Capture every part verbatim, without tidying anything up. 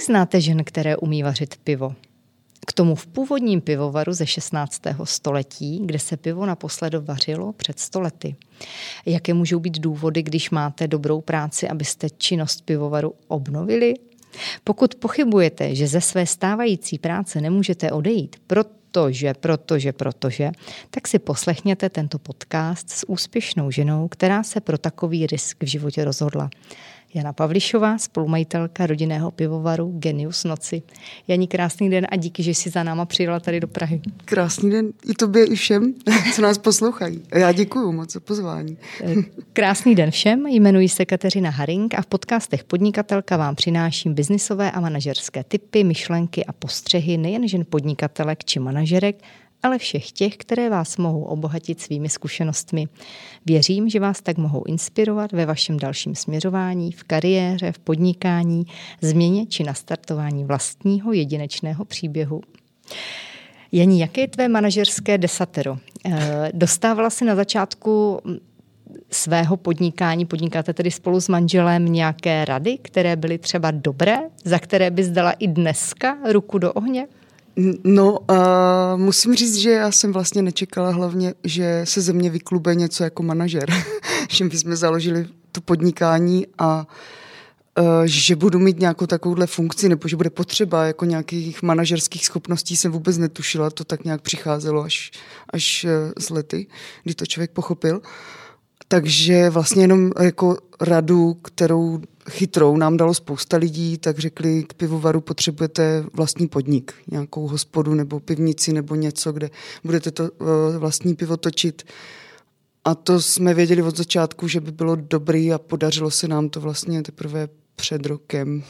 znáte žen, které umí vařit pivo? K tomu v původním pivovaru ze šestnáctého století, kde se pivo naposled vařilo před sto lety. Jaké můžou být důvody, když máte dobrou práci, abyste činnost pivovaru obnovili? Pokud pochybujete, že ze své stávající práce nemůžete odejít, protože, protože, protože, tak si poslechněte tento podcast s úspěšnou ženou, která se pro takový risk v životě rozhodla. Jana Pavlišová, spolumajitelka rodinného pivovaru Genius Noci. Janí, krásný den a díky, že jsi za náma přijela tady do Prahy. Krásný den i tobě, i všem, co nás poslouchají. Já děkuju moc za pozvání. Krásný den všem, jmenuji se Kateřina Haring a v podcastech Podnikatelka vám přináším biznisové a manažerské tipy, myšlenky a postřehy nejen žen podnikatelek či manažerek, ale všech těch, které vás mohou obohatit svými zkušenostmi. Věřím, že vás tak mohou inspirovat ve vašem dalším směřování, v kariéře, v podnikání, změně či nastartování vlastního jedinečného příběhu. Janí, jaké je tvé manažerské desatero? Dostávala jsi na začátku svého podnikání, podnikáte tedy spolu s manželem, nějaké rady, které byly třeba dobré, za které bys dala i dneska ruku do ohně? No, uh, musím říct, že já jsem vlastně nečekala hlavně, že se ze mě vyklube něco jako manažer. Že my jsme založili to podnikání a uh, že budu mít nějakou takovouhle funkci, nebo že bude potřeba jako nějakých manažerských schopností, jsem vůbec netušila. To tak nějak přicházelo až, až uh, z lety, kdy to člověk pochopil. Takže vlastně jenom jako radu, kterou chytrou nám dalo spousta lidí, tak řekli, k pivovaru potřebujete vlastní podnik, nějakou hospodu nebo pivnici nebo něco, kde budete to uh, vlastní pivo točit. A to jsme věděli od začátku, že by bylo dobrý a podařilo se nám to vlastně teprve před rokem.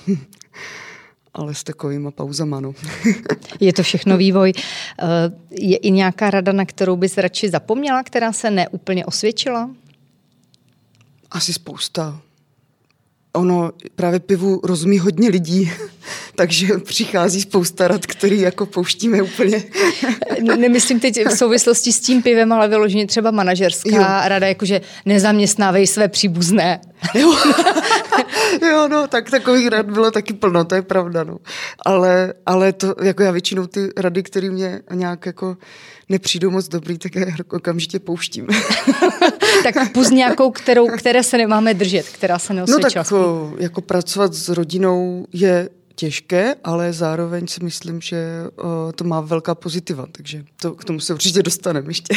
Ale s takovýma pauzama, no. Je to všechno vývoj. Je i nějaká rada, na kterou bys radši zapomněla, která se neúplně osvědčila? Asi spousta. Ono právě pivu rozumí hodně lidí, takže přichází spousta rad, který jako pouštíme úplně. Nemyslím teď v souvislosti s tím pivem, ale vyloženě třeba manažerská jo. rada, jakože nezaměstnávej své příbuzné. Jo. Jo, no, tak takových rad bylo taky plno, to je pravda, no. Ale, ale to, jako já většinou ty rady, které mě nějak jako nepřijdou moc dobrý, tak já okamžitě pouštím. Tak pust nějakou, kterou, které se nemáme držet, která se neosvědčila. No tak jako pracovat s rodinou je těžké, ale zároveň si myslím, že o, to má velká pozitiva, takže to, k tomu se určitě dostaneme ještě.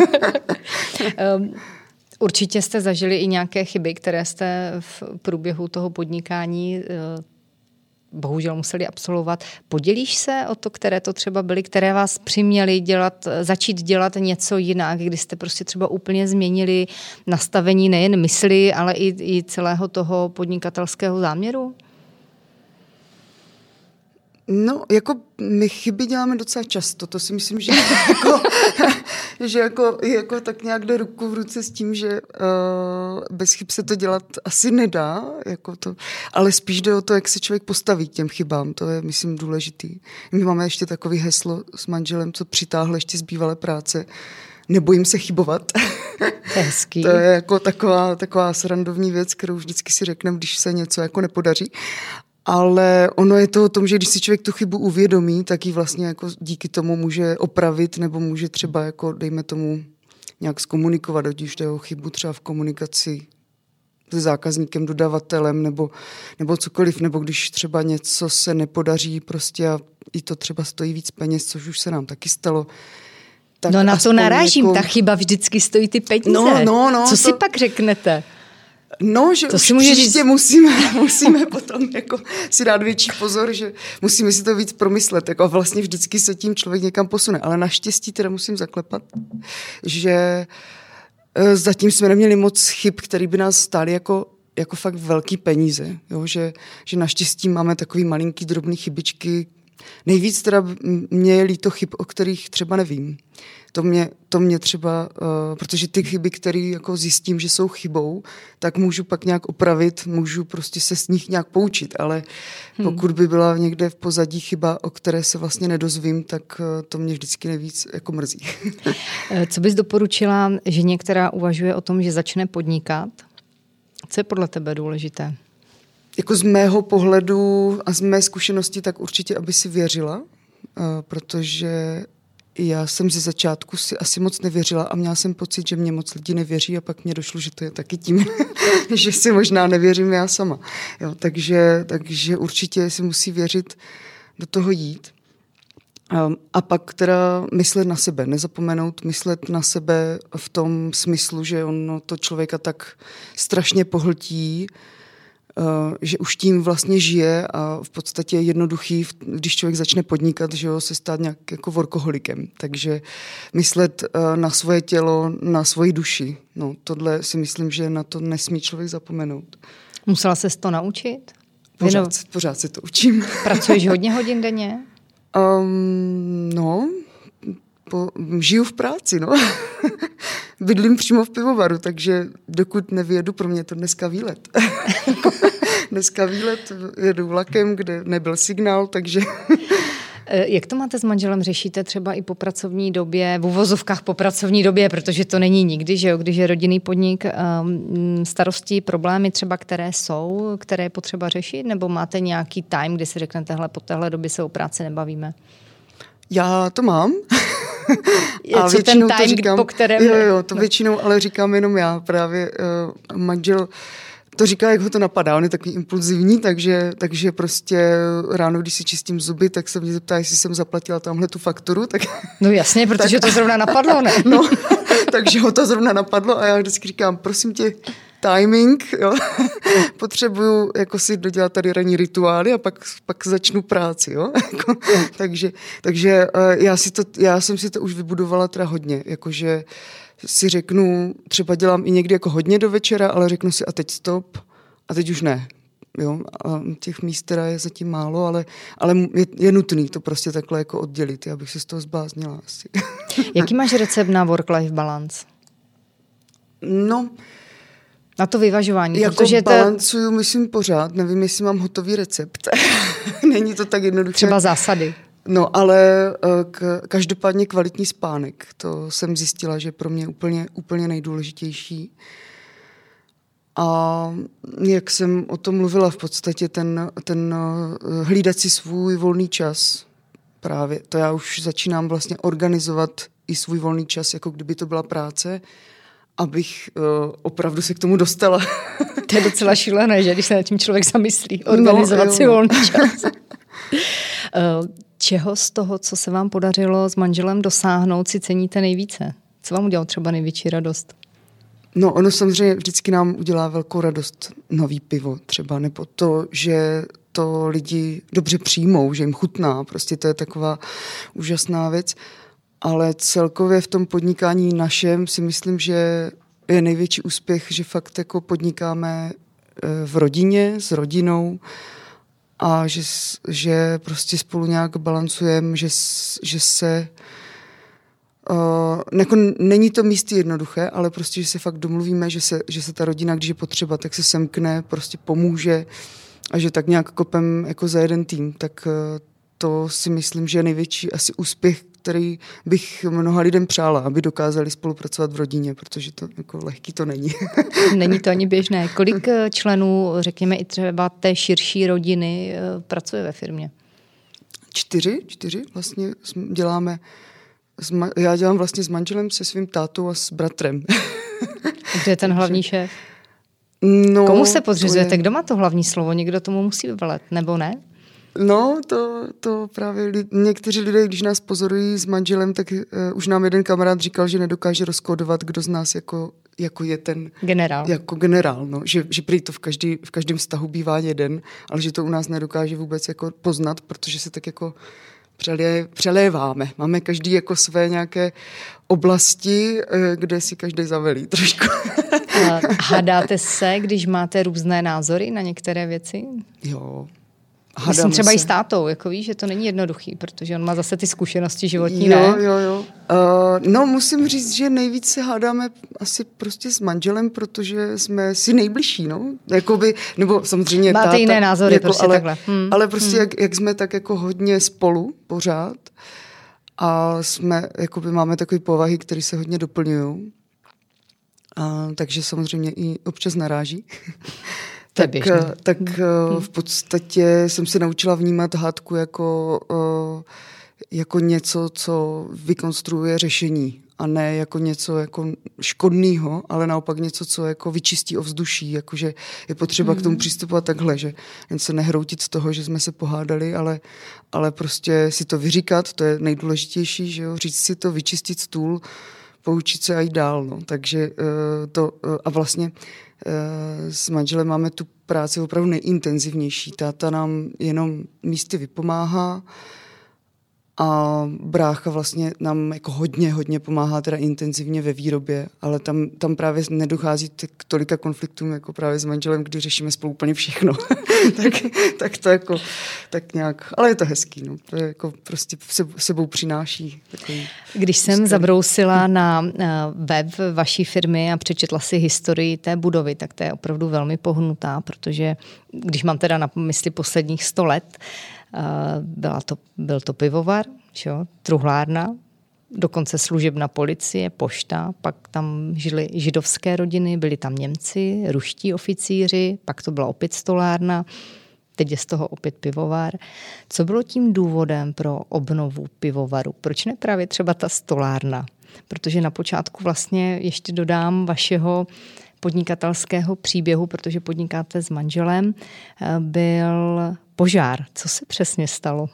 um, Určitě jste zažili i nějaké chyby, které jste v průběhu toho podnikání bohužel museli absolvovat. Podělíš se o to, které to třeba byly, které vás přiměly dělat, začít dělat něco jinak, kdy jste prostě třeba úplně změnili nastavení nejen mysli, ale i, i celého toho podnikatelského záměru? No, jako my chyby děláme docela často, to si myslím, že jako, že jako, jako tak nějak jde ruku v ruce s tím, že uh, bez chyb se to dělat asi nedá, jako to, ale spíš jde o to, jak se člověk postaví k těm chybám, to je, myslím, důležitý. My máme ještě takový heslo s manželem, co přitáhl ještě z bývalé práce, nebojím se chybovat. Hezký. To je jako taková, taková srandovní věc, kterou vždycky si řekneme, když se něco jako nepodaří. Ale ono je to o tom, že když si člověk tu chybu uvědomí, tak ji vlastně jako díky tomu může opravit nebo může třeba jako, dejme tomu, nějak zkomunikovat, ať už jde o chybu třeba v komunikaci s zákazníkem, dodavatelem nebo, nebo cokoliv, nebo když třeba něco se nepodaří prostě a i to třeba stojí víc peněz, což už se nám taky stalo. Tak no na to narážím, jako... ta chyba vždycky stojí ty peníze. No, no, no, Co to... si pak řeknete? No, že to si už příště musíme, musíme potom jako si dát větší pozor, že musíme si to víc promyslet. Jako vlastně vždycky se tím člověk někam posune. Ale naštěstí teda musím zaklepat, že zatím jsme neměli moc chyb, který by nás stály jako, jako fakt velký peníze. Jo? Že, že naštěstí máme takový malinký drobný chybičky. Nejvíc teda mě je líto chyb, o kterých třeba nevím. To mě, to mě třeba, uh, protože ty chyby, které jako zjistím, že jsou chybou, tak můžu pak nějak opravit, můžu prostě se s nich nějak poučit, ale hmm. pokud by byla někde v pozadí chyba, o které se vlastně nedozvím, tak uh, to mě vždycky nejvíc jako mrzí. Co bys doporučila ženě, která uvažuje o tom, že začne podnikat? Co je podle tebe důležité? jako z mého pohledu a z mé zkušenosti, tak určitě, aby si věřila, protože já jsem ze začátku si asi moc nevěřila a měla jsem pocit, že mě moc lidí nevěří a pak mě došlo, že to je taky tím, že si možná nevěřím já sama. Jo, takže, takže určitě si musí věřit, do toho jít. A pak teda myslet na sebe, nezapomenout myslet na sebe v tom smyslu, že ono to člověka tak strašně pohltí, že už tím vlastně žije a v podstatě je jednoduchý, když člověk začne podnikat, že jo, se stát nějak jako workoholikem. Takže myslet na svoje tělo, na svoji duši. No, tohle si myslím, že na to nesmí člověk zapomenout. Musela ses to naučit? Pořád, pořád se to učím. Pracuješ hodně hodin denně? Um, no, po, žiju v práci, no. Bydlím přímo v pivovaru, takže dokud nevyjedu, pro mě je to dneska výlet. Dneska výlet, jedu vlakem, kde nebyl signál, takže... Jak to máte s manželem? Řešíte třeba i po pracovní době, v uvozovkách po pracovní době, protože to není nikdy, že jo, když je rodinný podnik, um, starosti, problémy třeba, které jsou, které je potřeba řešit, nebo máte nějaký time, kdy si řeknete, hele, po téhle době se o práci nebavíme? Já to mám. A co ten time, říkám, po kterém... Jo, jo, to no. Většinou, ale říkám jenom já. Právě uh, manžel to říká, jak ho to napadá. On je takový impulzivní, takže, takže prostě ráno, když si čistím zuby, tak se mě zeptá, jestli jsem zaplatila tamhle tu fakturu. Tak, no jasně, protože tak, to zrovna napadlo, ne? No, takže ho to zrovna napadlo a já vždycky říkám, prosím tě, timing, jo. Potřebuju jako si dodělat tady ranní rituály a pak, pak začnu práci, jo. takže takže já, si to, já jsem si to už vybudovala teda hodně, jakože si řeknu, třeba dělám i někdy jako hodně do večera, ale řeknu si a teď stop a teď už ne. Jo? A těch míst teda je zatím málo, ale, ale je, je nutný to prostě takhle jako oddělit. Já bych se z toho zbláznila asi. Jaký máš recept na work-life balance? No, na to vyvažování. Jako protože balancuju, to... myslím pořád. Nevím, jestli mám hotový recept. Není to tak jednoduché. Třeba zásady. No, ale k, každopádně kvalitní spánek. To jsem zjistila, že pro mě je úplně, úplně nejdůležitější. A jak jsem o tom mluvila, v podstatě ten, ten hlídat si svůj volný čas. Právě to já už začínám vlastně organizovat i svůj volný čas, jako kdyby to byla práce, abych uh, opravdu se k tomu dostala. To je docela šílené, že když se nad tím člověk zamyslí, organizovat no, si volný čas. Čeho z toho, co se vám podařilo s manželem dosáhnout, si ceníte nejvíce? Co vám udělalo třeba největší radost? No, ono samozřejmě vždycky nám udělá velkou radost nový pivo třeba, nebo to, že to lidi dobře přijmou, že jim chutná, prostě to je taková úžasná věc. Ale celkově v tom podnikání našem si myslím, že je největší úspěch, že fakt jako podnikáme v rodině, s rodinou a že, že prostě spolu nějak balancujeme, že, že se... Uh, jako není to místy jednoduché, ale prostě, že se fakt domluvíme, že se, že se ta rodina, když je potřeba, tak se semkne, prostě pomůže a že tak nějak kopem jako za jeden tým. Tak uh, to si myslím, že je největší asi úspěch, který bych mnoha lidem přála, aby dokázali spolupracovat v rodině, protože to jako lehký to není. Není to ani běžné. Kolik členů, řekněme i třeba té širší rodiny, pracuje ve firmě? Čtyři, čtyři vlastně děláme. Já dělám vlastně s manželem, se svým tátou a s bratrem. Kde je ten hlavní šéf? No, komu se podřizujete? Je... Kdo má to hlavní slovo? Někdo tomu musí vyvelet, nebo ne? No, to, to právě li, někteří lidé, když nás pozorují s manželem, tak uh, už nám jeden kamarád říkal, že nedokáže rozkódovat, kdo z nás jako, jako je ten... Generál. Jako generál, no. Že, že prý to v, každý, v každém vztahu bývá jeden, ale že to u nás nedokáže vůbec jako poznat, protože se tak jako přelé, přeléváme. Máme každý jako své nějaké oblasti, kde si každý zavelí trošku. Hádáte se, když máte různé názory na některé věci? Jo. Myslím třeba se. I s tátou, jako víš, že to není jednoduchý, protože on má zase ty zkušenosti životní, jo, ne? Jo, jo, uh, no, musím říct, že nejvíc se hádáme asi prostě s manželem, protože jsme si nejbližší, no. Jakoby, nebo samozřejmě máte táta, jiné názory, jako, prostě ale, takhle. Hmm. Ale prostě hmm. jak, jak jsme tak jako hodně spolu pořád a jsme, jakoby máme takové povahy, které se hodně doplňují. A, takže samozřejmě i občas naráží. tak, tak hmm. v podstatě jsem se naučila vnímat hádku jako, jako něco, co vykonstruuje řešení. A ne jako něco jako škodného, ale naopak něco, co jako vyčistí ovzduší, jakože je potřeba mm. k tomu přistupovat takhle, že jen se nehroutit z toho, že jsme se pohádali, ale, ale prostě si to vyříkat, to je nejdůležitější, že jo, říct si to, vyčistit stůl, poučit se a jít dál, no. Takže to, a vlastně s manželem máme tu práci opravdu nejintenzivnější. Táta nám jenom místy vypomáhá, a brácha vlastně nám jako hodně, hodně pomáhá teda intenzivně ve výrobě, ale tam, tam právě nedochází k tolika konfliktům jako právě s manželem, kdy řešíme spolu úplně všechno. tak, tak to jako, tak nějak, ale je to hezký, no. To je jako prostě sebou přináší takový. Když jsem hezký. Zabrousila na web vaší firmy a přečetla si historii té budovy, tak to je opravdu velmi pohnutá, protože když mám teda na mysli posledních sto let, Byla to, byl to pivovar, čo? Truhlárna, dokonce služebna policie, pošta, pak tam žili židovské rodiny, byli tam Němci, ruští oficíři, pak to byla opět stolárna, teď je z toho opět pivovar. Co bylo tím důvodem pro obnovu pivovaru? Proč ne právě třeba ta stolárna? Protože na počátku vlastně ještě dodám vašeho podnikatelského příběhu, protože podnikáte s manželem, byl požár. Co se přesně stalo?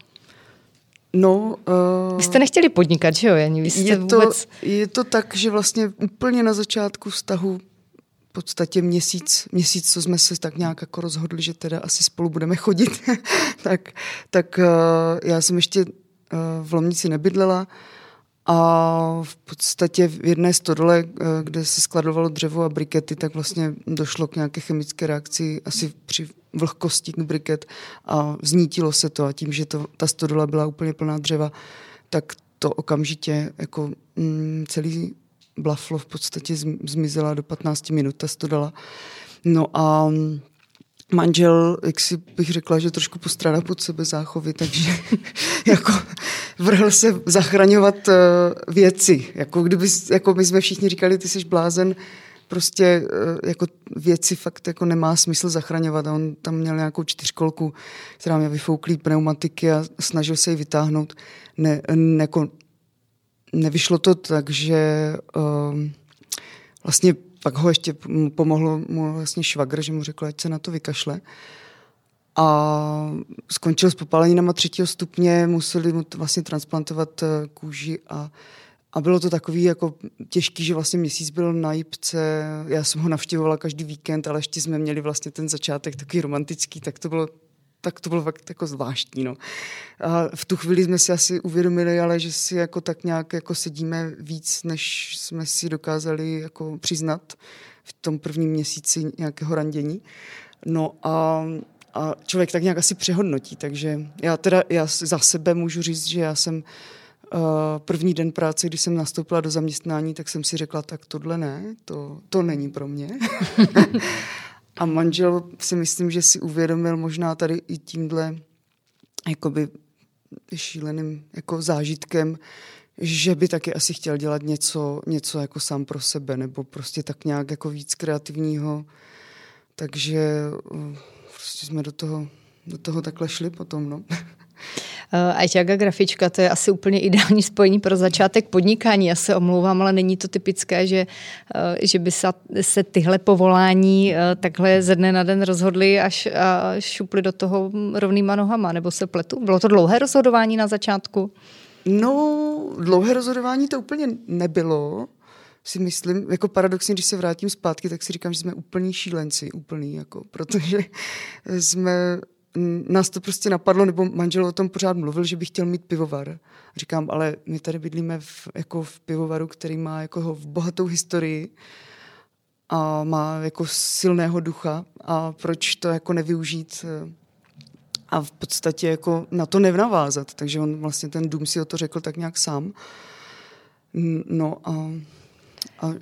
No, uh, vy jste nechtěli podnikat, že jo, Jani? Vy jste je, to, vůbec... je to tak, že vlastně úplně na začátku vztahu v podstatě měsíc, měsíc, co jsme se tak nějak jako rozhodli, že teda asi spolu budeme chodit, tak, tak uh, já jsem ještě uh, v Lomnici nebydlela a v podstatě v jedné stodole, kde se skladovalo dřevo a brikety, tak vlastně došlo k nějaké chemické reakci asi při vlhkosti briket a znítilo se to a tím, že to, ta stodola byla úplně plná dřeva, tak to okamžitě jako mm, celý blaflo v podstatě zmizela do patnácti minut ta stodola. No a manžel, jak si bych řekla, že trošku postrádá pod sebe záchovy, takže jako vrhl se zachraňovat uh, věci. Jako kdyby, jako my jsme všichni říkali, ty jsi blázen, prostě uh, jako věci fakt jako nemá smysl zachraňovat. A on tam měl nějakou čtyřkolku, která měla vyfouklý pneumatiky a snažil se ji vytáhnout. Ne, ne, jako, nevyšlo to tak, že uh, vlastně pak ho ještě pomohl mu vlastně švagr, že mu řekl, ať se na to vykašle. A skončil s popáleninama třetího stupně, museli mu vlastně transplantovat kůži a, a bylo to takový jako těžký, že vlastně měsíc byl na jipce. Já jsem ho navštěvovala každý víkend, ale ještě jsme měli vlastně ten začátek takový romantický, tak to bylo tak to bylo fakt jako zvláštní. No. A v tu chvíli jsme si asi uvědomili, ale že si jako tak nějak jako sedíme víc, než jsme si dokázali jako přiznat v tom prvním měsíci nějakého randění. No a, a člověk tak nějak asi přehodnotí, takže já teda já za sebe můžu říct, že já jsem uh, první den práce, když jsem nastoupila do zaměstnání, tak jsem si řekla, tak tohle ne, to, to není pro mě. A manžel si myslím, že si uvědomil možná tady i tímhle jakoby šíleným jako zážitkem, že by taky asi chtěl dělat něco, něco jako sám pro sebe, nebo prostě tak nějak jako víc kreativního. Takže prostě jsme do toho, do toho takhle šli potom, no. Ajťága grafička, to je asi úplně ideální spojení pro začátek podnikání. Já se omlouvám, ale není to typické, že, že by se, se tyhle povolání takhle ze dne na den rozhodly až a šuply do toho rovnýma nohama, nebo se pletu? Bylo to dlouhé rozhodování na začátku? No, dlouhé rozhodování to úplně nebylo, si myslím. Jako paradoxně, když se vrátím zpátky, tak si říkám, že jsme úplní šílenci, úplný, jako, protože jsme... Nás to prostě napadlo, nebo manžel o tom pořád mluvil, že by chtěl mít pivovar. Říkám, ale my tady bydlíme v, jako v pivovaru, který má jako v bohatou historii a má jako silného ducha a proč to jako nevyužít a v podstatě jako na to nevnavázat. Takže on vlastně ten dům si o to řekl tak nějak sám. No a, a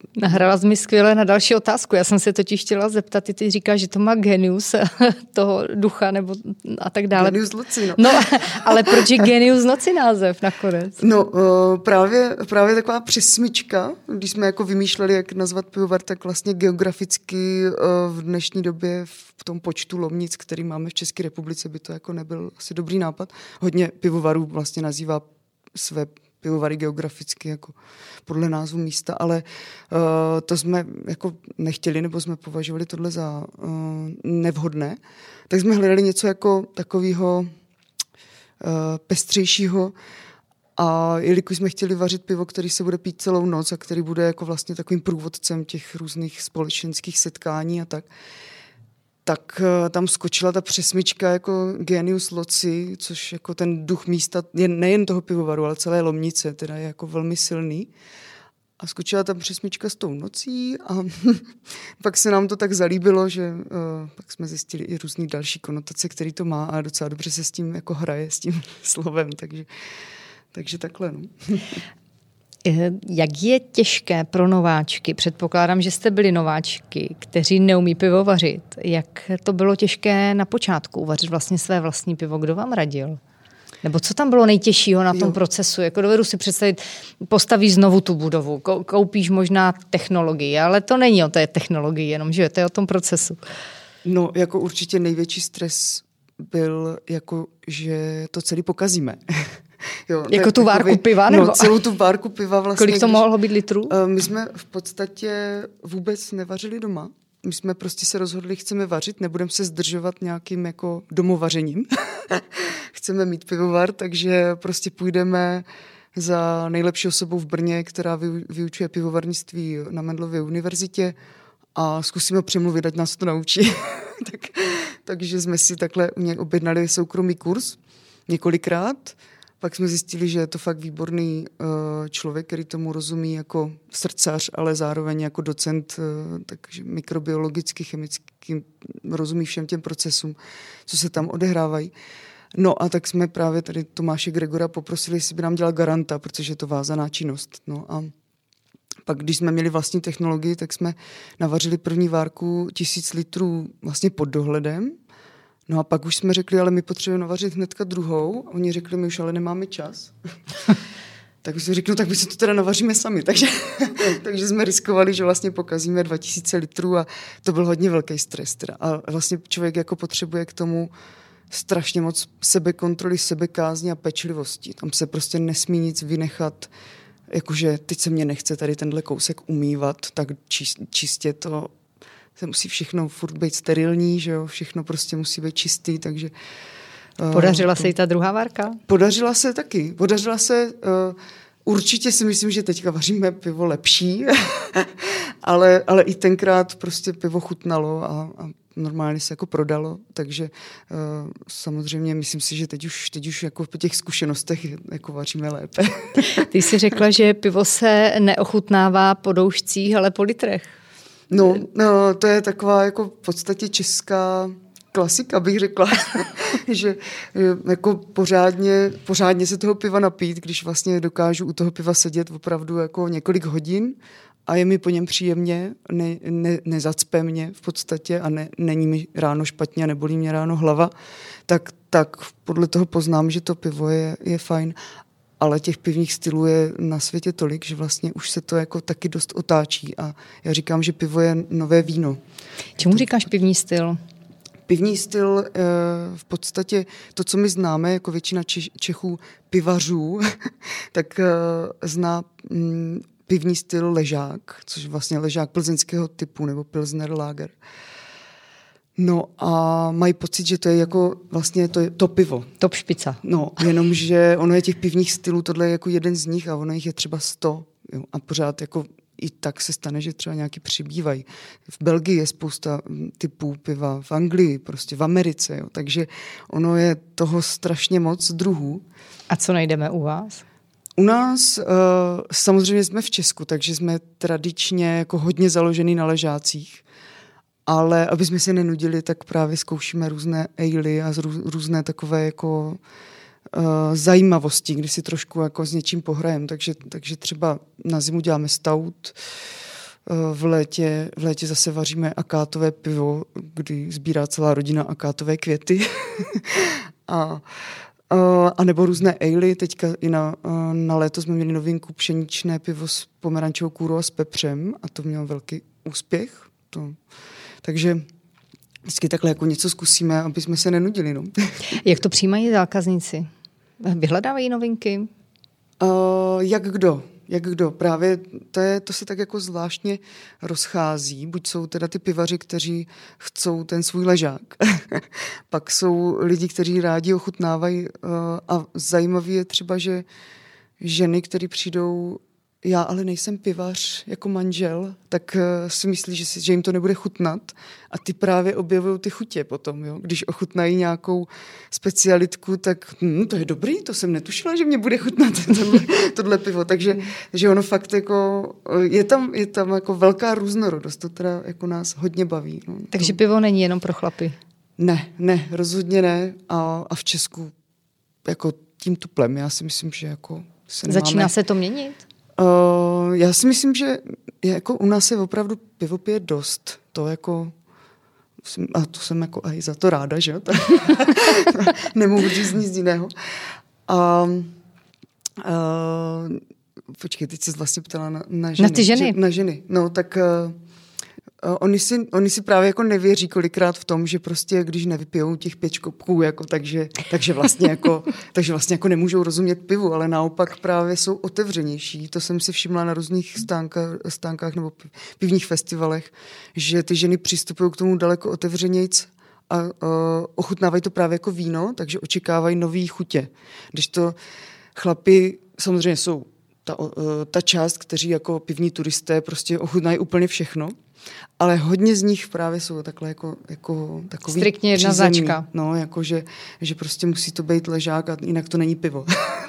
Nahrala jsi mi skvěle na další otázku. Já jsem se totiž chtěla zeptat, ty, ty říkáš, že to má genius toho ducha nebo a tak dále. Genius noci, no. no. Ale proč je genius noci název nakonec? No uh, právě, právě taková přesmyčka, když jsme jako vymýšleli, jak nazvat pivovar, tak vlastně geograficky uh, v dnešní době v tom počtu Lomnic, který máme v České republice, by to jako nebyl asi dobrý nápad. Hodně pivovarů vlastně nazývá své pivovary geograficky jako podle názvu místa, ale uh, to jsme jako nechtěli, nebo jsme považovali tohle za uh, nevhodné. Tak jsme hledali něco jako takového uh, pestřejšího a jelikož jsme chtěli vařit pivo, který se bude pít celou noc a který bude jako vlastně takovým průvodcem těch různých společenských setkání a tak, tak uh, tam skočila ta přesmička jako genius loci, což jako ten duch místa, je nejen toho pivovaru, ale celé Lomnice, teda je jako velmi silný. A skočila tam přesmička s tou nocí a pak se nám to tak zalíbilo, že uh, pak jsme zjistili i různý další konotace, který to má a docela dobře se s tím jako hraje, s tím slovem, takže, takže takhle. No. Jak je těžké pro nováčky, předpokládám, že jste byli nováčky, kteří neumí pivo vařit, jak to bylo těžké na počátku uvařit vlastně své vlastní pivo, kdo vám radil? Nebo co tam bylo nejtěžšího na tom jo. procesu? Jako dovedu si představit, postavíš znovu tu budovu, koupíš možná technologii, ale to není o té technologii jenom, že to je o tom procesu. No, jako určitě největší stres byl, jako, že to celý pokazíme. Jo, jako tu várku piva? Nebo? No, celou tu várku piva vlastně. Kolik to když, mohlo být litrů? My jsme v podstatě vůbec nevařili doma. My jsme prostě se rozhodli, chceme vařit, nebudeme se zdržovat nějakým jako domovařením. Chceme mít pivovar, takže prostě půjdeme za nejlepší osobou v Brně, která vyučuje pivovarnictví na Mendelově univerzitě a zkusíme přemluvit, ať nás to naučí. tak, takže jsme si takhle u něj objednali soukromý kurz několikrát. Pak jsme zjistili, že je to fakt výborný uh, člověk, který tomu rozumí jako srdcař, ale zároveň jako docent, uh, takže mikrobiologicky, chemicky rozumí všem těm procesům, co se tam odehrávají. No a tak jsme právě tady Tomáše Gregora poprosili, jestli by nám dělal garanta, protože je to vázaná činnost. No a pak, když jsme měli vlastní technologii, tak jsme navařili první várku tisíc litrů vlastně pod dohledem. No a pak už jsme řekli, ale my potřebujeme navařit hnedka druhou. A oni řekli, my už ale nemáme čas. Tak jsme řekli, no tak my se to teda navaříme sami. Takže, takže jsme riskovali, že vlastně pokazíme dva tisíce litrů a to byl hodně velký stres. Teda. A vlastně člověk jako potřebuje k tomu strašně moc sebekontroly, sebekázně a pečlivosti. Tam se prostě nesmí nic vynechat, jakože teď se mě nechce tady tenhle kousek umývat, tak čistě to se musí všechno furt být sterilní, že jo, všechno prostě musí být čistý, takže... Podařila uh, se i ta druhá várka? Podařila se taky. Podařila se, uh, určitě si myslím, že teďka vaříme pivo lepší, ale, ale i tenkrát prostě pivo chutnalo a, a normálně se jako prodalo, takže uh, samozřejmě myslím si, že teď už, teď už jako po těch zkušenostech jako vaříme lépe. Ty jsi řekla, že pivo se neochutnává po doušcích, ale po litrech. No, no, to je taková jako v podstatě česká klasika, bych řekla, že jako pořádně, pořádně se toho piva napít, když vlastně dokážu u toho piva sedět opravdu jako několik hodin a je mi po něm příjemně, ne, ne, nezacpe mě v podstatě a ne, není mi ráno špatně a nebolí mě ráno hlava, tak, tak podle toho poznám, že to pivo je, je fajn. Ale těch pivních stylů je na světě tolik, že vlastně už se to jako taky dost otáčí a já říkám, že pivo je nové víno. Čemu říkáš pivní styl? Pivní styl v podstatě to, co my známe, jako většina Čechů pivařů, tak zná pivní styl ležák, což je vlastně ležák plzeňského typu nebo Pilsner Lager. No a mají pocit, že to je jako vlastně to, je to pivo. Top špica. No, jenomže ono je těch pivních stylů, tohle je jako jeden z nich a ono jich je třeba sto. Jo, a pořád jako i tak se stane, že třeba nějaký přibývají. V Belgii je spousta typů piva, v Anglii, prostě v Americe, jo, takže ono je toho strašně moc druhů. A co najdeme u vás? U nás uh, samozřejmě jsme v Česku, takže jsme tradičně jako hodně založený na ležácích. Ale aby jsme se nenudili, tak právě zkoušíme různé ale a různé takové jako uh, zajímavosti, kdy si trošku jako s něčím pohrajem. Takže, takže třeba na zimu děláme stout, v létě, v létě zase vaříme akátové pivo, kdy sbírá celá rodina akátové květy. a, a nebo různé ale. Teďka i na, na léto jsme měli novinku pšeničné pivo s pomerančovou kůrou a s pepřem a to mělo velký úspěch. To, takže vždycky takhle jako něco zkusíme, aby jsme se nenudili. No. Jak to přijímají zákazníci? Vyhledávají novinky? Uh, jak kdo? Jak kdo? Právě to, je, to se tak jako zvláštně rozchází. Buď jsou teda ty pivaři, kteří chcou ten svůj ležák. Pak jsou lidi, kteří rádi ochutnávají uh, a zajímavé je třeba, že ženy, které přijdou, já ale nejsem pivař jako manžel, tak uh, si myslí, že, si, že jim to nebude chutnat a ty právě objevují ty chutě potom. Jo? Když ochutnají nějakou specialitku, tak hm, to je dobrý, to jsem netušila, že mě bude chutnat tohle, tohle pivo. Takže že ono fakt jako, je tam, je tam jako velká různorodost, to teda jako nás hodně baví. No. Takže pivo není jenom pro chlapy? Ne, ne, rozhodně ne a, a v Česku jako tím tuplem, já si myslím, že jako se nemáme... Začíná se to měnit? Uh, já si myslím, že je, jako u nás je opravdu pivo pije dost. To jako, a to jsem jako aj za to ráda, že jo? Nemohu říct nic jiného. A, uh, počkej, teď jsi vlastně ptala na, na ženy. Na ty ženy? Že, na ženy. No, tak uh, uh, oni, si, oni si právě jako nevěří kolikrát v tom, že prostě když nevypijou těch pět škopků, jako, takže, takže, vlastně jako, takže vlastně jako nemůžou rozumět pivu, ale naopak právě jsou otevřenější. To jsem si všimla na různých stánkách, stánkách nebo pivních festivalech, že ty ženy přistupují k tomu daleko otevřenějc a uh, ochutnávají to právě jako víno, takže očekávají nový chutě. Když to chlapi samozřejmě jsou ta, uh, ta část, kteří jako pivní turisté prostě ochutnají úplně všechno, ale hodně z nich právě jsou takhle jako, jako takový striktně jedna přízemní. značka. No, jako že, že prostě musí to být ležák a jinak to není pivo.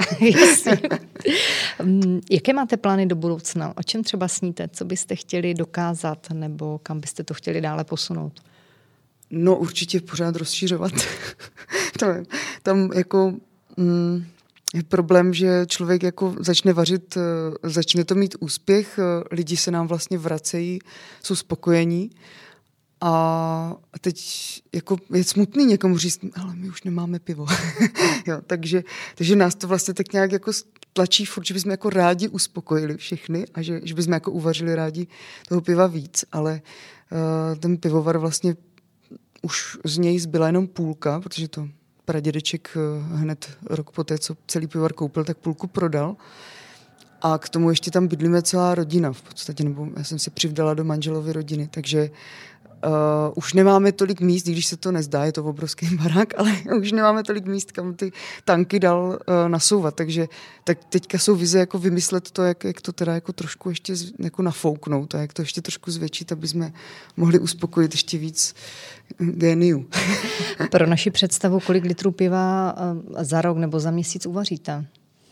Jaké máte plány do budoucna? O čem třeba sníte? Co byste chtěli dokázat nebo kam byste to chtěli dále posunout? No určitě pořád rozšířovat. to je, tam jako... Mm, je problém, že člověk jako začne vařit, začne to mít úspěch, lidi se nám vlastně vracejí, jsou spokojení a teď jako je smutný někomu říct, ale my už nemáme pivo. jo, takže, takže nás to vlastně tak nějak jako tlačí furt, že bychom jako rádi uspokojili všechny a že, že bychom jako uvařili rádi toho piva víc, ale uh, ten pivovar vlastně už z něj zbyla jenom půlka, protože to pradědeček hned rok poté, co celý pivovar koupil, tak půlku prodal. A k tomu ještě tam bydlíme celá rodina v podstatě, nebo já jsem se přivdala do manželovy rodiny, takže uh, už nemáme tolik míst, když se to nezdá, je to obrovský barák, ale už nemáme tolik míst, kam ty tanky dal uh, nasouvat, takže tak teďka jsou vize jako vymyslet to, jak, jak to teda jako trošku ještě z, jako nafouknout a jak to ještě trošku zvětšit, aby jsme mohli uspokojit ještě víc géniů. Pro naši představu, kolik litrů piva za rok nebo za měsíc uvaříte?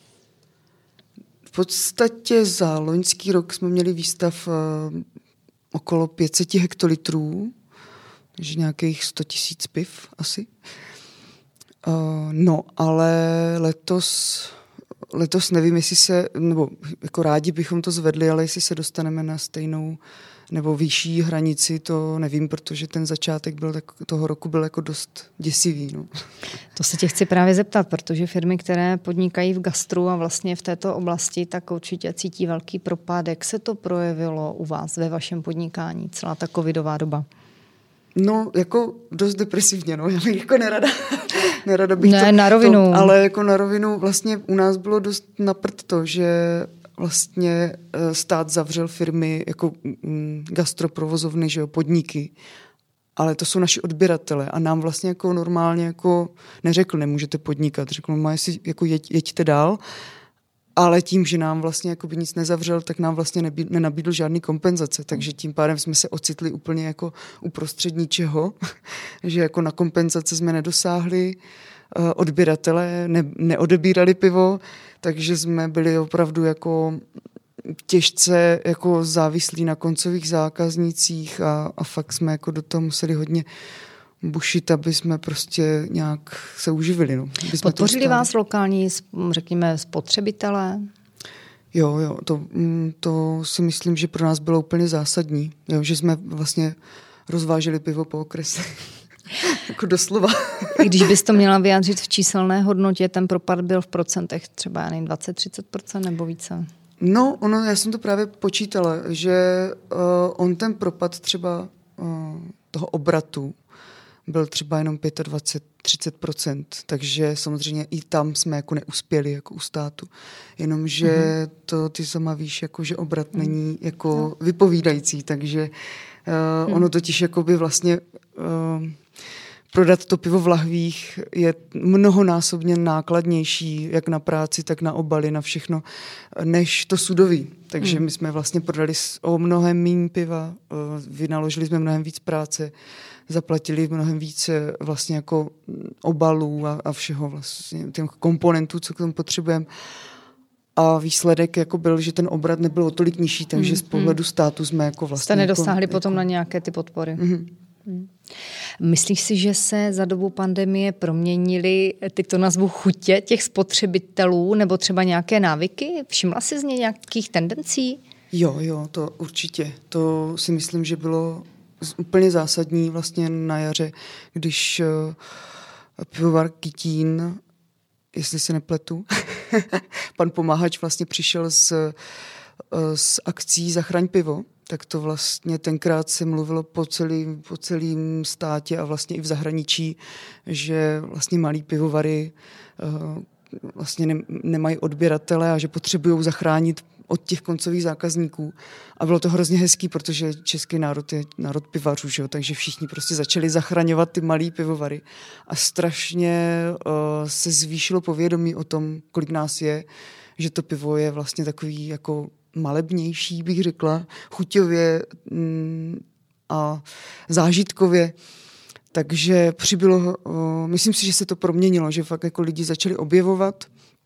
V podstatě za loňský rok jsme měli výstav uh, okolo pět set hektolitrů, takže nějakých sto tisíc piv asi. Uh, no, ale letos, letos nevím, jestli se, nebo jako rádi bychom to zvedli, ale jestli se dostaneme na stejnou nebo vyšší hranici, to nevím, protože ten začátek byl tak, toho roku byl jako dost děsivý. No. To se tě chci právě zeptat, protože firmy, které podnikají v gastru a vlastně v této oblasti, tak určitě cítí velký propad. Jak se to projevilo u vás ve vašem podnikání, celá ta covidová doba? No, jako dost depresivně, no, já bych jako nerada, nerada bych ne, to, na rovinu. To, ale jako na rovinu vlastně u nás bylo dost naprt to, že vlastně stát zavřel firmy jako gastroprovozovny, že jo, podniky, ale to jsou naši odběratele a nám vlastně jako normálně jako neřekl, nemůžete podnikat, řekl, no, jestli jako jeď, jeďte dál, ale tím, že nám vlastně jako by nic nezavřel, tak nám vlastně nebí, nenabídl žádný kompenzace, takže tím pádem jsme se ocitli úplně jako uprostřed ničeho, že jako na kompenzace jsme nedosáhli, odběratele ne, neodebírali pivo, takže jsme byli opravdu jako těžce jako závislí na koncových zákaznících a, a fakt jsme jako do toho museli hodně bušit, aby jsme prostě nějak se uživili. No. Podpořili vás lokální, řekněme, spotřebitelé? Jo, jo, to, to si myslím, že pro nás bylo úplně zásadní, jo, že jsme vlastně rozváželi pivo po okrese. Jako doslova. I když bys to měla vyjádřit v číselné hodnotě, ten propad byl v procentech třeba nevím, dvacet až třicet procent nebo více? No, ono, já jsem to právě počítala, že uh, on ten propad třeba uh, toho obratu byl třeba jenom dvacet pět až třicet procent, takže samozřejmě i tam jsme jako neuspěli jako u státu. Jenomže mm-hmm. to ty sama víš, jako, že obrat mm. není jako no. vypovídající, takže uh, mm. ono totiž jako by vlastně uh, prodat to pivo v lahvích je mnohonásobně nákladnější, jak na práci, tak na obaly, na všechno, než to sudový. Takže mm. my jsme vlastně prodali o mnohem méně piva, uh, vynaložili jsme mnohem víc práce, zaplatili mnohem více vlastně jako obalů a, a všeho vlastně, těch komponentů, co k tomu potřebujeme. A výsledek jako byl, že ten obrat nebyl o tolik nižší, takže mm, z pohledu mm. státu jsme jako vlastně... Jste nedosáhli jako, potom jako... na nějaké ty podpory. Mm. Mm. Myslíš si, že se za dobu pandemie proměnily, teď to nazvu chutě těch spotřebitelů nebo třeba nějaké návyky? Všimla jsi z něj nějakých tendencí? Jo, jo, to určitě. To si myslím, že bylo úplně zásadní vlastně na jaře, když uh, pivovar Kytín, jestli se nepletu, pan Pomáhač vlastně přišel s, uh, s akcí Zachraň pivo, tak to vlastně tenkrát se mluvilo po celém po celém státě a vlastně i v zahraničí, že vlastně malí pivovary uh, vlastně ne, nemají odběratele a že potřebují zachránit od těch koncových zákazníků. A bylo to hrozně hezký, protože český národ je národ pivařů, že jo? Takže všichni prostě začali zachraňovat ty malý pivovary. A strašně uh, se zvýšilo povědomí o tom, kolik nás je, že to pivo je vlastně takový jako malebnější, bych řekla, chuťově mm, a zážitkově. Takže přibylo, uh, myslím si, že se to proměnilo, že fakt jako lidi začali objevovat.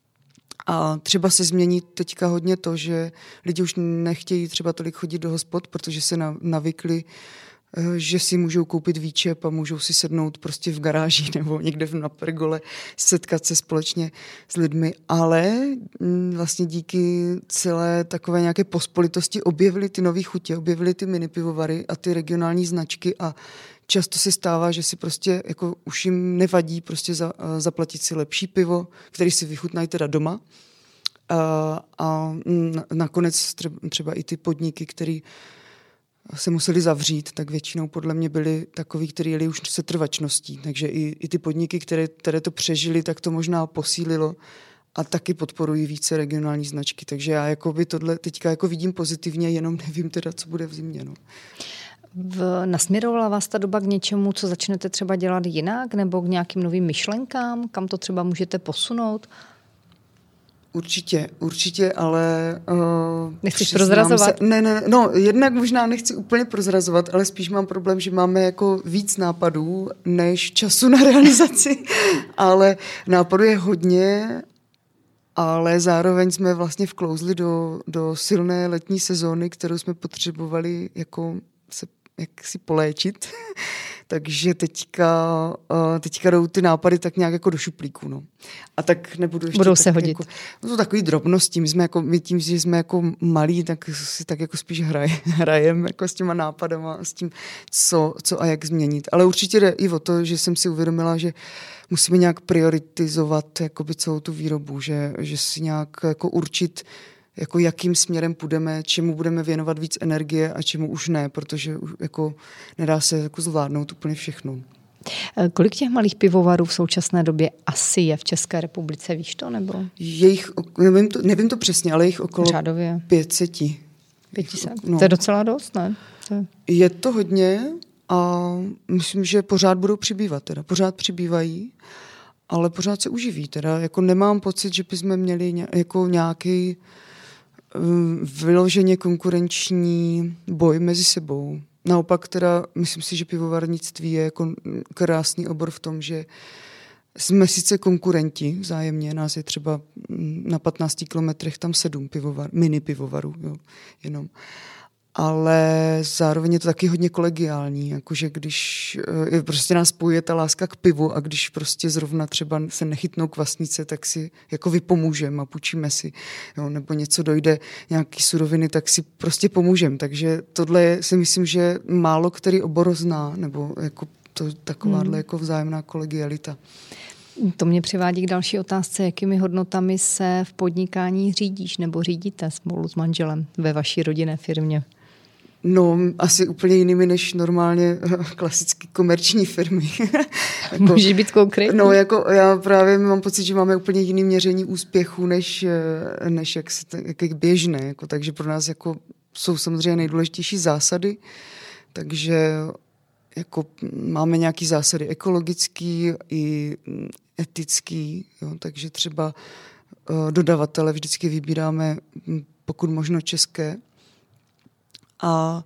A třeba se změní teďka hodně to, že lidi už nechtějí třeba tolik chodit do hospod, protože se navykli, že si můžou koupit výčep a můžou si sednout prostě v garáži nebo někde na pergole, setkat se společně s lidmi. Ale vlastně díky celé takové nějaké pospolitosti objevili ty nový chutě, objevili ty mini pivovary a ty regionální značky a často se stává, že si prostě jako už jim nevadí prostě za, zaplatit si lepší pivo, který si vychutnají teda doma. A, a nakonec třeba i ty podniky, které se museli zavřít, tak většinou podle mě byly takový, který jeli už se trvačností. Takže i, i ty podniky, které, které to přežily, tak to možná posílilo a taky podporují více regionální značky. Takže já jako by tohle teďka jako vidím pozitivně, jenom nevím teda, co bude v zimě. No. V, nasměrovala vás ta doba k něčemu, co začnete třeba dělat jinak, nebo k nějakým novým myšlenkám, kam to třeba můžete posunout? Určitě, určitě, ale... Uh, Nechceš prozrazovat? Se, ne, ne, no, jednak možná nechci úplně prozrazovat, ale spíš mám problém, že máme jako víc nápadů, než času na realizaci, ale nápadů je hodně, ale zároveň jsme vlastně vklouzli do, do silné letní sezóny, kterou jsme potřebovali jako se jak si poléčit. Takže teďka, teďka jdou ty nápady tak nějak jako do šuplíku. No. A tak nebudu ještě... Budou se hodit. Jako, no to takový drobnosti. My jsme jako, my tím, že jsme jako malí, tak si tak jako spíš hraj, hrajeme jako s těma nápadama, s tím, co, co a jak změnit. Ale určitě jde i o to, že jsem si uvědomila, že musíme nějak prioritizovat jakoby celou tu výrobu, že, že si nějak jako určit, jako jakým směrem půjdeme, čemu budeme věnovat víc energie a čemu už ne, protože jako nedá se jako zvládnout úplně všechno. Kolik těch malých pivovarů v současné době asi je v České republice, víš to? Nebo? Jejich, nevím to, nevím to přesně, ale jich okolo řádově pět set. pět set? No. To je docela dost, ne? To je... je to hodně a myslím, že pořád budou přibývat, teda pořád přibývají, ale pořád se uživí. Teda jako nemám pocit, že bychom měli ně, jako nějaký vyloženě konkurenční boj mezi sebou. Naopak teda myslím si, že pivovarnictví je jako krásný obor v tom, že jsme sice konkurenti vzájemně, nás je třeba na patnácti kilometrech tam sedm pivovar, mini pivovarů, jo, jenom. ale zároveň je to taky hodně kolegiální, jakože když je, prostě nás spojuje ta láska k pivu a když prostě zrovna třeba se nechytnou kvasnice, tak si jako vypomůžeme a půjčíme si, jo, nebo něco dojde, nějaký suroviny, tak si prostě pomůžeme. Takže tohle je, si myslím, že málo který obor zná, nebo jako to, takováhle hmm. jako vzájemná kolegialita. To mě přivádí k další otázce, jakými hodnotami se v podnikání řídíš nebo řídíte spolu s manželem ve vaší rodinné firmě? No, asi úplně jinými než normálně klasické komerční firmy. Jako, můžeš být konkrétní? No, jako já právě mám pocit, že máme úplně jiný měření úspěchu, než, než jak, jak, jak běžné. Jako, takže pro nás jako jsou samozřejmě nejdůležitější zásady, takže jako máme nějaké zásady ekologický i etický, jo, takže třeba uh, dodavatele vždycky vybíráme pokud možno české. A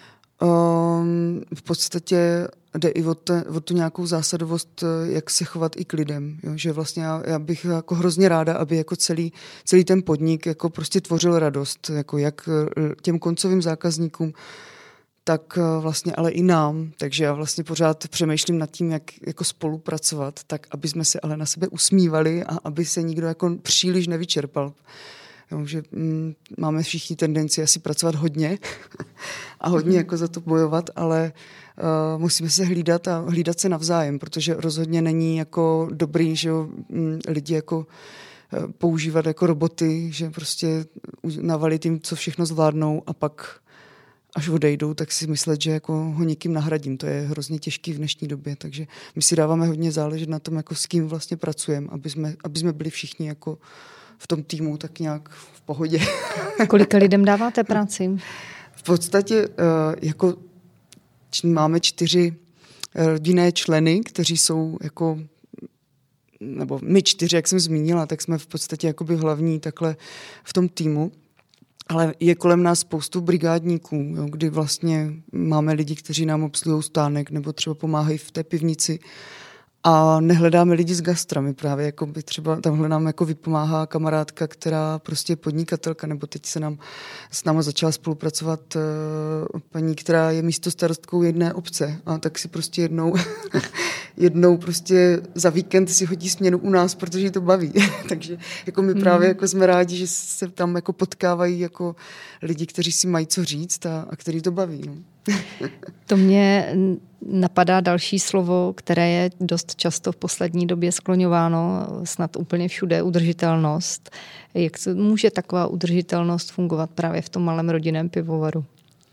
um, v podstatě jde i o, te, o tu nějakou zásadovost, jak se chovat i k lidem. Jo? Že vlastně já, já bych jako hrozně ráda, aby jako celý, celý ten podnik jako prostě tvořil radost, jako jak těm koncovým zákazníkům, tak vlastně ale i nám. Takže já vlastně pořád přemýšlím nad tím, jak jako spolupracovat, tak aby jsme se ale na sebe usmívali a aby se nikdo jako příliš nevyčerpal. Jo, že mm, máme všichni tendenci asi pracovat hodně a hodně jako za to bojovat, ale uh, musíme se hlídat a hlídat se navzájem, protože rozhodně není jako dobrý, že jo, mm, lidi jako uh, používat jako roboty, že prostě navalit jim, co všechno zvládnou a pak až odejdou, tak si myslet, že jako ho někým nahradím. To je hrozně těžký v dnešní době, takže my si dáváme hodně záležet na tom, jako s kým vlastně pracujeme, aby jsme, aby jsme byli všichni jako v tom týmu tak nějak v pohodě. Kolika lidem dáváte práci? V podstatě jako máme čtyři rodinné členy, kteří jsou jako, nebo my čtyři, jak jsem zmínila, tak jsme v podstatě jakoby hlavní takhle v tom týmu. Ale je kolem nás spoustu brigádníků, jo, kdy vlastně máme lidi, kteří nám obsluhují stánek nebo třeba pomáhají v té pivnici. A nehledáme lidi s gastrami právě, jako by třeba tamhle nám jako vypomáhá kamarádka, která prostě je podnikatelka, nebo teď se nám s náma začala spolupracovat uh, paní, která je místostarostkou jedné obce a tak si prostě jednou jednou prostě za víkend si hodí směnu u nás, protože jí to baví. Takže jako my právě jako jsme rádi, že se tam jako potkávají jako lidi, kteří si mají co říct a, a který to baví. No. To mě napadá další slovo, které je dost často v poslední době skloňováno, snad úplně všude, udržitelnost. Jak může taková udržitelnost fungovat právě v tom malém rodinném pivovaru?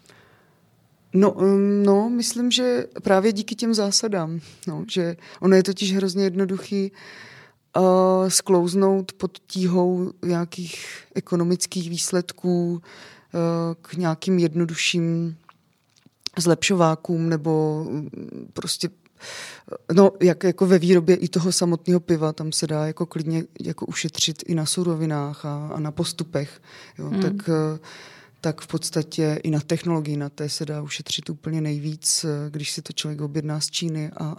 No, no, myslím, že právě díky těm zásadám, no, že ono je totiž hrozně jednoduchý uh, sklouznout pod tíhou nějakých ekonomických výsledků uh, k nějakým jednodušším zlepšovákům nebo prostě no, jak jako ve výrobě i toho samotného piva, tam se dá jako klidně jako ušetřit i na surovinách a, a na postupech, jo, hmm. tak tak v podstatě i na technologii, na té se dá ušetřit úplně nejvíc, když si to člověk objedná z Číny. A,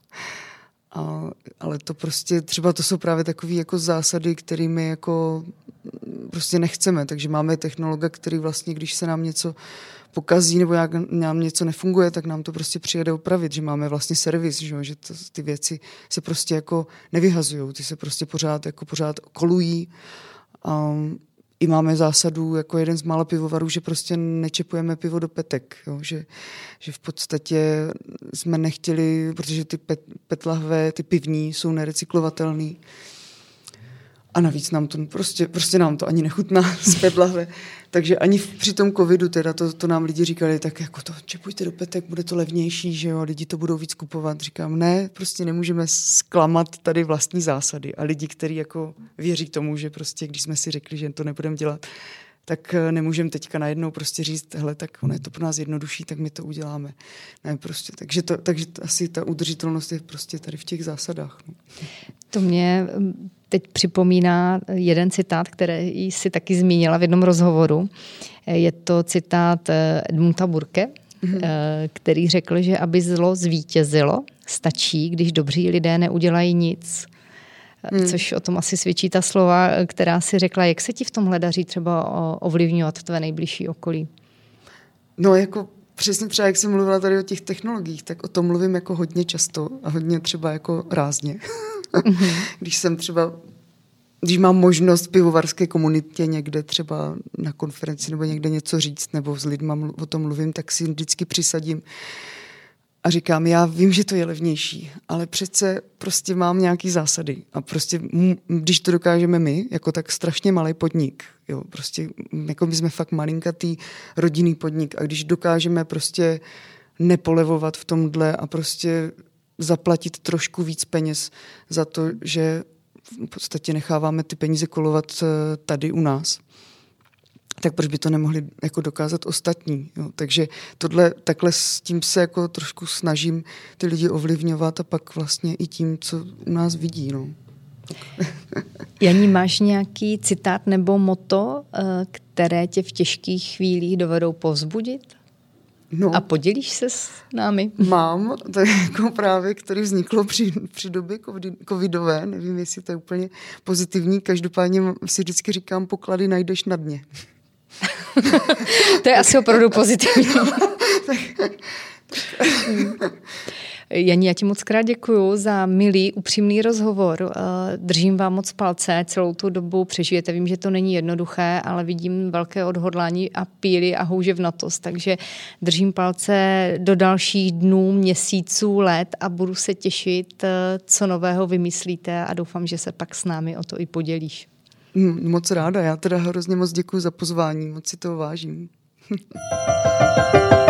a, ale to prostě, třeba to jsou právě takové jako zásady, kterými jako prostě nechceme. Takže máme technologa, který vlastně, když se nám něco pokazí nebo jak nám něco nefunguje, tak nám to prostě přijede opravit, že máme vlastně servis, že, že to, ty věci se prostě jako nevyhazujou, ty se prostě pořád jako pořád kolují. Um, I máme zásadu jako jeden z mála pivovarů, že prostě nečepujeme pivo do petek. Jo? Že, že v podstatě jsme nechtěli, protože ty pet, petlahve, ty pivní jsou nerecyklovatelný. A navíc nám to prostě, prostě nám to ani nechutná z petlahve. Takže ani při tom covidu teda to, to nám lidi říkali, tak jako to čepujte do petek, bude to levnější, že jo, a lidi to budou víc kupovat. Říkám, ne, prostě nemůžeme zklamat tady vlastní zásady. A lidi, kteří jako věří tomu, že prostě, když jsme si řekli, že to nebudeme dělat, tak nemůžeme teďka najednou prostě říct, hele, tak ono je to pro nás jednodušší, tak my to uděláme. Ne, prostě, takže, to, takže asi ta udržitelnost je prostě tady v těch zásadách. No. To mě teď připomíná jeden citát, který jsi taky zmínila v jednom rozhovoru. Je to citát Edmunda Burke, mm-hmm. který řekl, že aby zlo zvítězilo, stačí, když dobří lidé neudělají nic. Hmm. Což o tom asi svědčí ta slova, která si řekla, jak se ti v tomhle daří třeba ovlivňovat tvé nejbližší okolí? No jako přesně třeba, jak jsem mluvila tady o těch technologiích, tak o tom mluvím jako hodně často a hodně třeba jako rázně. Mm-hmm. Když jsem třeba, když mám možnost v pivovarské komunitě někde třeba na konferenci nebo někde něco říct nebo s lidma o tom mluvím, tak si vždycky přisadím a říkám, já vím, že to je levnější, ale přece prostě mám nějaký zásady a prostě, když to dokážeme my, jako tak strašně malý podnik, jo, prostě, jako my jsme fakt malinkatý rodinný podnik a když dokážeme prostě nepolevovat v tomhle a prostě zaplatit trošku víc peněz za to, že v podstatě necháváme ty peníze kolovat tady u nás, tak proč by to nemohli jako dokázat ostatní. Jo? Takže tohle, takhle s tím se jako trošku snažím ty lidi ovlivňovat a pak vlastně i tím, co u nás vidí. No. Janí, máš nějaký citát nebo motto, které tě v těžkých chvílích dovedou povzbudit? No, a podělíš se s námi? Mám, to je jako právě, který vzniklo při, při době covidové, nevím, jestli to je úplně pozitivní, každopádně si vždycky říkám, poklady najdeš na dně. To je asi opravdu pozitivní. Janí, já ti moc krát děkuju za milý, upřímný rozhovor. Držím vám moc palce, celou tu dobu přežijete. Vím, že to není jednoduché, ale vidím velké odhodlání a píly a houževnatost, takže držím palce do dalších dnů, měsíců, let a budu se těšit, co nového vymyslíte a doufám, že se pak s námi o to i podělíš. Moc ráda, já teda hrozně moc děkuju za pozvání, moc si toho vážím.